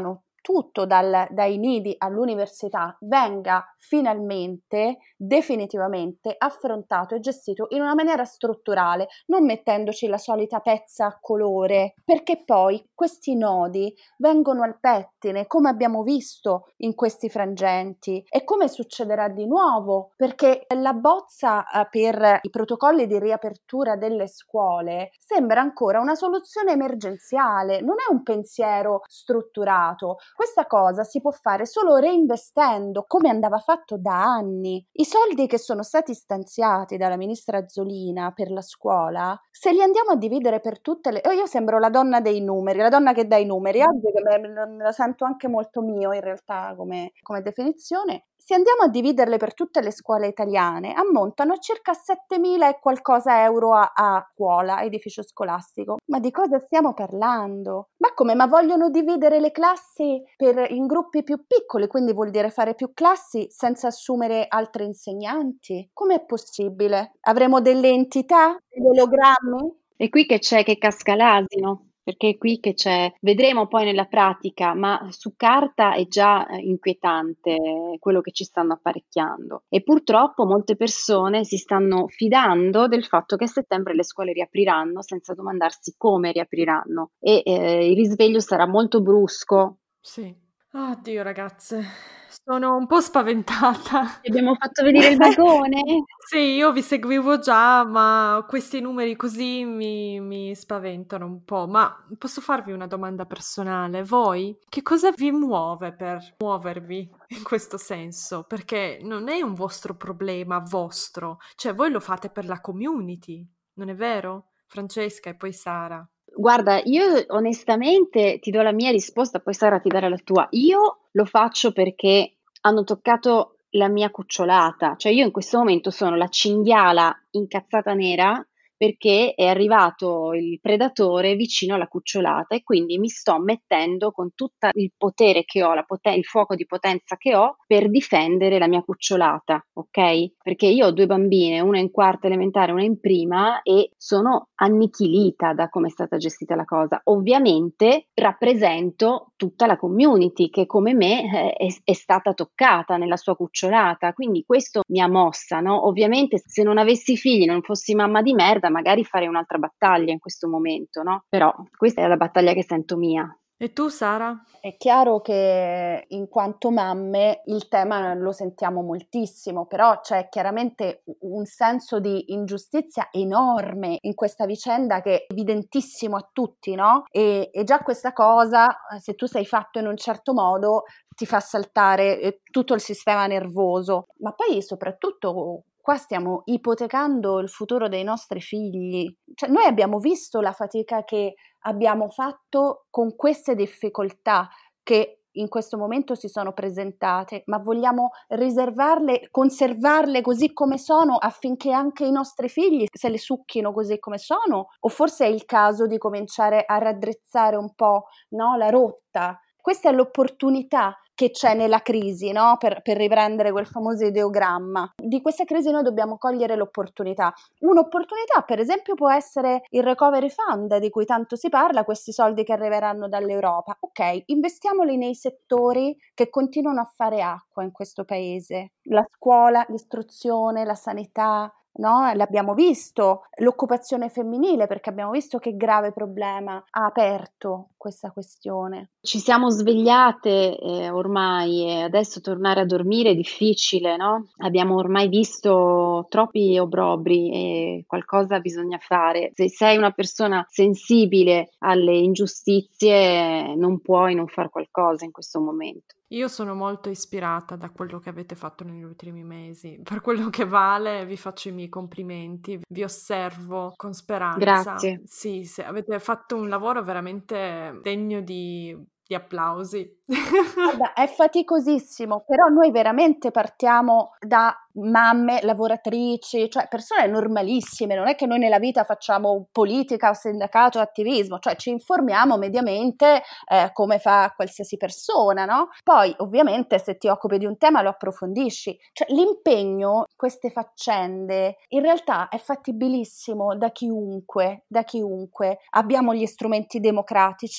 tutto dai nidi all'università venga finalmente, definitivamente affrontato e gestito in una maniera strutturale, non mettendoci la solita pezza a colore, perché poi questi nodi vengono al pettine, come abbiamo visto in questi frangenti e come succederà di nuovo, perché la bozza per i protocolli di riapertura delle scuole sembra ancora una soluzione emergenziale, non è un pensiero strutturato. Questa cosa si può fare solo reinvestendo, come andava fatto da anni. I soldi che sono stati stanziati dalla ministra Azzolina per la scuola, se li andiamo a dividere per tutte le... Io sembro la donna dei numeri, la donna che dà i numeri, oggi che me la sento anche molto mio in realtà come definizione. Se andiamo a dividerle per tutte le scuole italiane, ammontano a circa 7.000 e qualcosa euro a scuola, edificio scolastico. Ma di cosa stiamo parlando? Ma come? Ma vogliono dividere le classi in gruppi più piccoli, quindi vuol dire fare più classi senza assumere altri insegnanti? Com'è possibile? Avremo delle entità, degli ologrammi? È qui che c'è che casca l'asino, perché è qui che c'è, vedremo poi nella pratica, ma su carta è già inquietante quello che ci stanno apparecchiando. E purtroppo molte persone si stanno fidando del fatto che a settembre le scuole riapriranno senza domandarsi come riapriranno. E il risveglio sarà molto brusco. Sì. Oddio ragazze, sono un po' spaventata. Ti abbiamo fatto vedere il vagone? Sì, io vi seguivo già, ma questi numeri così mi spaventano un po'. Ma posso farvi una domanda personale? Voi che cosa vi muove per muovervi in questo senso? Perché non è un vostro problema vostro, cioè voi lo fate per la community, non è vero? Francesca e poi Sara. Guarda, io onestamente ti do la mia risposta, poi Sara ti darà la tua. Io lo faccio perché hanno toccato la mia cucciolata, cioè io in questo momento sono la cinghiala incazzata nera perché è arrivato il predatore vicino alla cucciolata e quindi mi sto mettendo con tutto il potere che ho, il fuoco di potenza che ho per difendere la mia cucciolata, ok? Perché io ho due bambine, una in quarta elementare, una in prima e sono annichilita da come è stata gestita la cosa. Ovviamente rappresento tutta la community che come me è stata toccata nella sua cucciolata, quindi questo mi ha mossa, no? Ovviamente se non avessi figli, non fossi mamma di merda, magari farei un'altra battaglia in questo momento, no? Però questa è la battaglia che sento mia. E tu, Sara? È chiaro che in quanto mamme il tema lo sentiamo moltissimo, però c'è chiaramente un senso di ingiustizia enorme in questa vicenda che è evidentissimo a tutti, no? E già questa cosa, se tu sei fatto in un certo modo, ti fa saltare tutto il sistema nervoso, ma poi soprattutto qua stiamo ipotecando il futuro dei nostri figli. Cioè, noi abbiamo visto la fatica che abbiamo fatto con queste difficoltà che in questo momento si sono presentate, ma vogliamo riservarle, conservarle così come sono affinché anche i nostri figli se le succhino così come sono? O forse è il caso di cominciare a raddrizzare un po', no, la rotta? Questa è l'opportunità che c'è nella crisi, no? Per riprendere quel famoso ideogramma. Di questa crisi noi dobbiamo cogliere l'opportunità. Un'opportunità, per esempio, può essere il Recovery Fund di cui tanto si parla, questi soldi che arriveranno dall'Europa. Ok, investiamoli nei settori che continuano a fare acqua in questo paese. La scuola, l'istruzione, la sanità, no? L'abbiamo visto, l'occupazione femminile, perché abbiamo visto che grave problema ha aperto questa questione. Ci siamo svegliate ormai e adesso tornare a dormire è difficile, no? Abbiamo ormai visto troppi obbrobri e qualcosa bisogna fare. Se sei una persona sensibile alle ingiustizie, non puoi non fare qualcosa in questo momento. Io sono molto ispirata da quello che avete fatto negli ultimi mesi. Per quello che vale, vi faccio i miei complimenti, vi osservo con speranza. Grazie. Sì, avete fatto un lavoro veramente degno di applausi. Guarda, è faticosissimo, però noi veramente partiamo da mamme, lavoratrici, cioè persone normalissime, non è che noi nella vita facciamo politica o sindacato o attivismo, cioè ci informiamo mediamente come fa qualsiasi persona, no? Poi ovviamente se ti occupi di un tema lo approfondisci, cioè l'impegno, queste faccende, in realtà è fattibilissimo da chiunque, abbiamo gli strumenti democratici,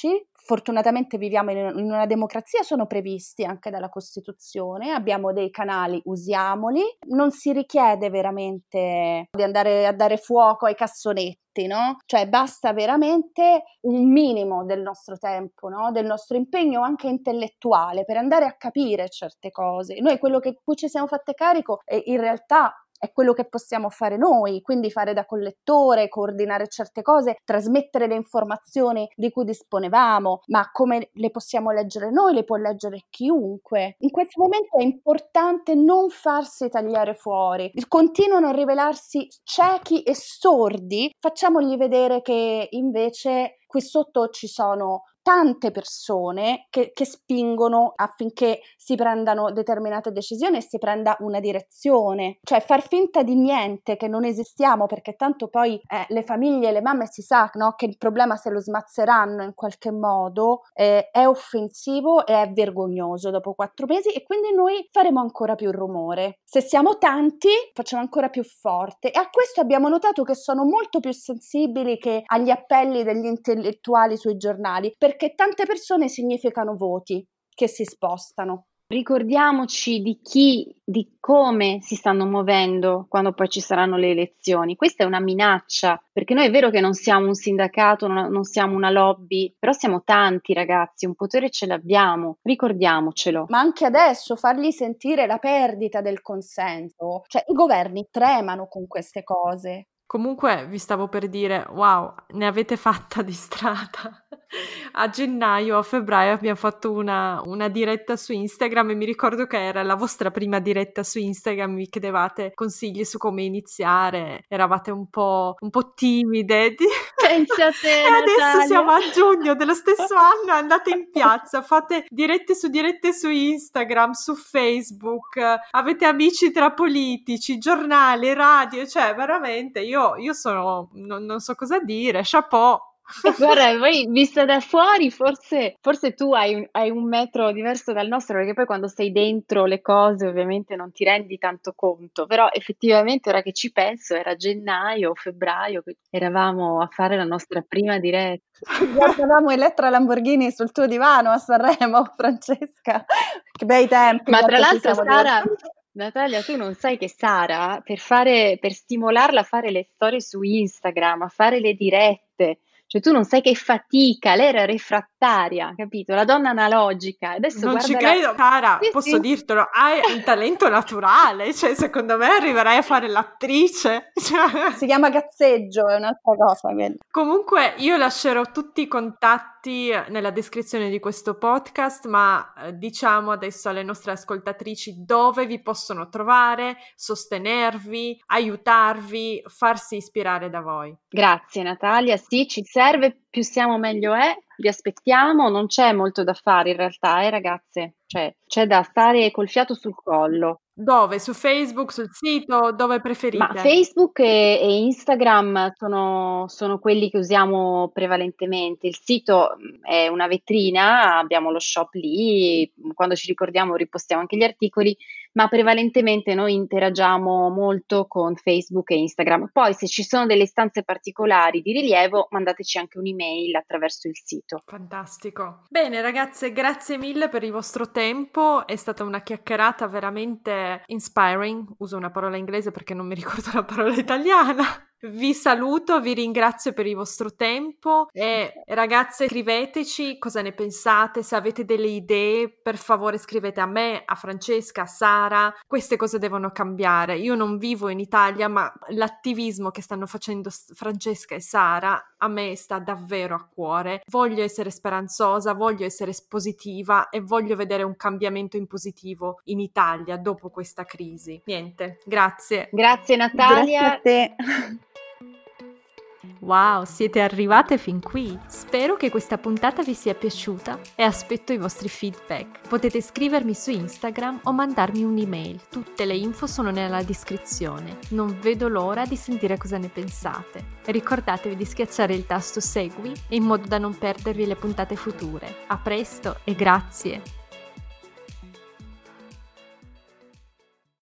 fortunatamente viviamo in una democrazia, sono previsti anche dalla Costituzione, abbiamo dei canali, usiamoli, non si richiede veramente di andare a dare fuoco ai cassonetti, no? Cioè basta veramente un minimo del nostro tempo, no? Del nostro impegno anche intellettuale per andare a capire certe cose. Noi quello che cui ci siamo fatte carico in realtà è quello che possiamo fare noi, quindi fare da collettore, coordinare certe cose, trasmettere le informazioni di cui disponevamo, ma come le possiamo leggere noi, le può leggere chiunque. In questo momento è importante non farsi tagliare fuori. Continuano a rivelarsi ciechi e sordi, facciamogli vedere che invece qui sotto ci sono tante persone che spingono affinché si prendano determinate decisioni e si prenda una direzione, cioè far finta di niente, che non esistiamo, perché tanto poi le famiglie, le mamme si sa, no, che il problema se lo smazzeranno in qualche modo, è offensivo e è vergognoso dopo 4 mesi, e quindi noi faremo ancora più rumore. Se siamo tanti facciamo ancora più forte, e a questo abbiamo notato che sono molto più sensibili che agli appelli degli intellettuali sui giornali, perché tante persone significano voti che si spostano. Ricordiamoci di come si stanno muovendo quando poi ci saranno le elezioni. Questa è una minaccia, perché noi è vero che non siamo un sindacato, non siamo una lobby, però siamo tanti ragazzi, un potere ce l'abbiamo, ricordiamocelo. Ma anche adesso fargli sentire la perdita del consenso, cioè i governi tremano con queste cose. Comunque vi stavo per dire, wow, ne avete fatta di strada. A gennaio, a febbraio abbiamo fatto una diretta su Instagram e mi ricordo che era la vostra prima diretta su Instagram, mi chiedevate consigli su come iniziare, eravate un po' timide. Pensa a te, e adesso Natalia. siamo a giugno dello stesso anno, andate in piazza, fate dirette su Instagram, su Facebook, avete amici tra politici, giornali, radio, cioè veramente io sono, non so cosa dire, chapeau. Guarda, poi vista da fuori forse tu hai un metro diverso dal nostro, perché poi quando sei dentro le cose ovviamente non ti rendi tanto conto, però effettivamente ora che ci penso era gennaio o febbraio che eravamo a fare la nostra prima diretta. Guardavamo Elettra Lamborghini sul tuo divano a Sanremo, Francesca, che bei tempi. Ma tra l'altro Sara, Natalia, tu non sai che Sara, per stimolarla a fare le storie su Instagram, a fare le dirette, cioè tu non sai che fatica, lei era refrattaria, capito? La donna analogica. Adesso non ci credo, Sara, sì, posso dirtelo, hai un talento naturale, cioè secondo me arriverai a fare l'attrice. Si chiama cazzeggio, è un'altra cosa. Quindi. Comunque io lascerò tutti i contatti nella descrizione di questo podcast, ma diciamo adesso alle nostre ascoltatrici dove vi possono trovare, sostenervi, aiutarvi, farsi ispirare da voi. Grazie Natalia, sì, ci serve, più siamo meglio è, vi aspettiamo, non c'è molto da fare in realtà, ragazze, cioè c'è da stare col fiato sul collo. Dove? Su Facebook, sul sito, dove preferite? Ma Facebook e Instagram sono quelli che usiamo prevalentemente. Il sito è una vetrina, abbiamo lo shop lì, quando ci ricordiamo ripostiamo anche gli articoli, ma prevalentemente noi interagiamo molto con Facebook e Instagram. Poi se ci sono delle istanze particolari di rilievo, mandateci anche un'email attraverso il sito. Fantastico. Bene ragazze, grazie mille per il vostro tempo, è stata una chiacchierata veramente inspiring, uso una parola inglese perché non mi ricordo la parola italiana. Vi saluto, vi ringrazio per il vostro tempo e ragazze scriveteci cosa ne pensate, se avete delle idee per favore scrivete a me, a Francesca, a Sara, queste cose devono cambiare. Io non vivo in Italia, ma l'attivismo che stanno facendo Francesca e Sara a me sta davvero a cuore. Voglio essere speranzosa, voglio essere positiva e voglio vedere un cambiamento in positivo in Italia dopo questa crisi. Niente, grazie. Grazie Natalia. Grazie a te. Wow, siete arrivate fin qui! Spero che questa puntata vi sia piaciuta e aspetto i vostri feedback. Potete scrivermi su Instagram o mandarmi un'email. Tutte le info sono nella descrizione. Non vedo l'ora di sentire cosa ne pensate. Ricordatevi di schiacciare il tasto segui in modo da non perdervi le puntate future. A presto e grazie!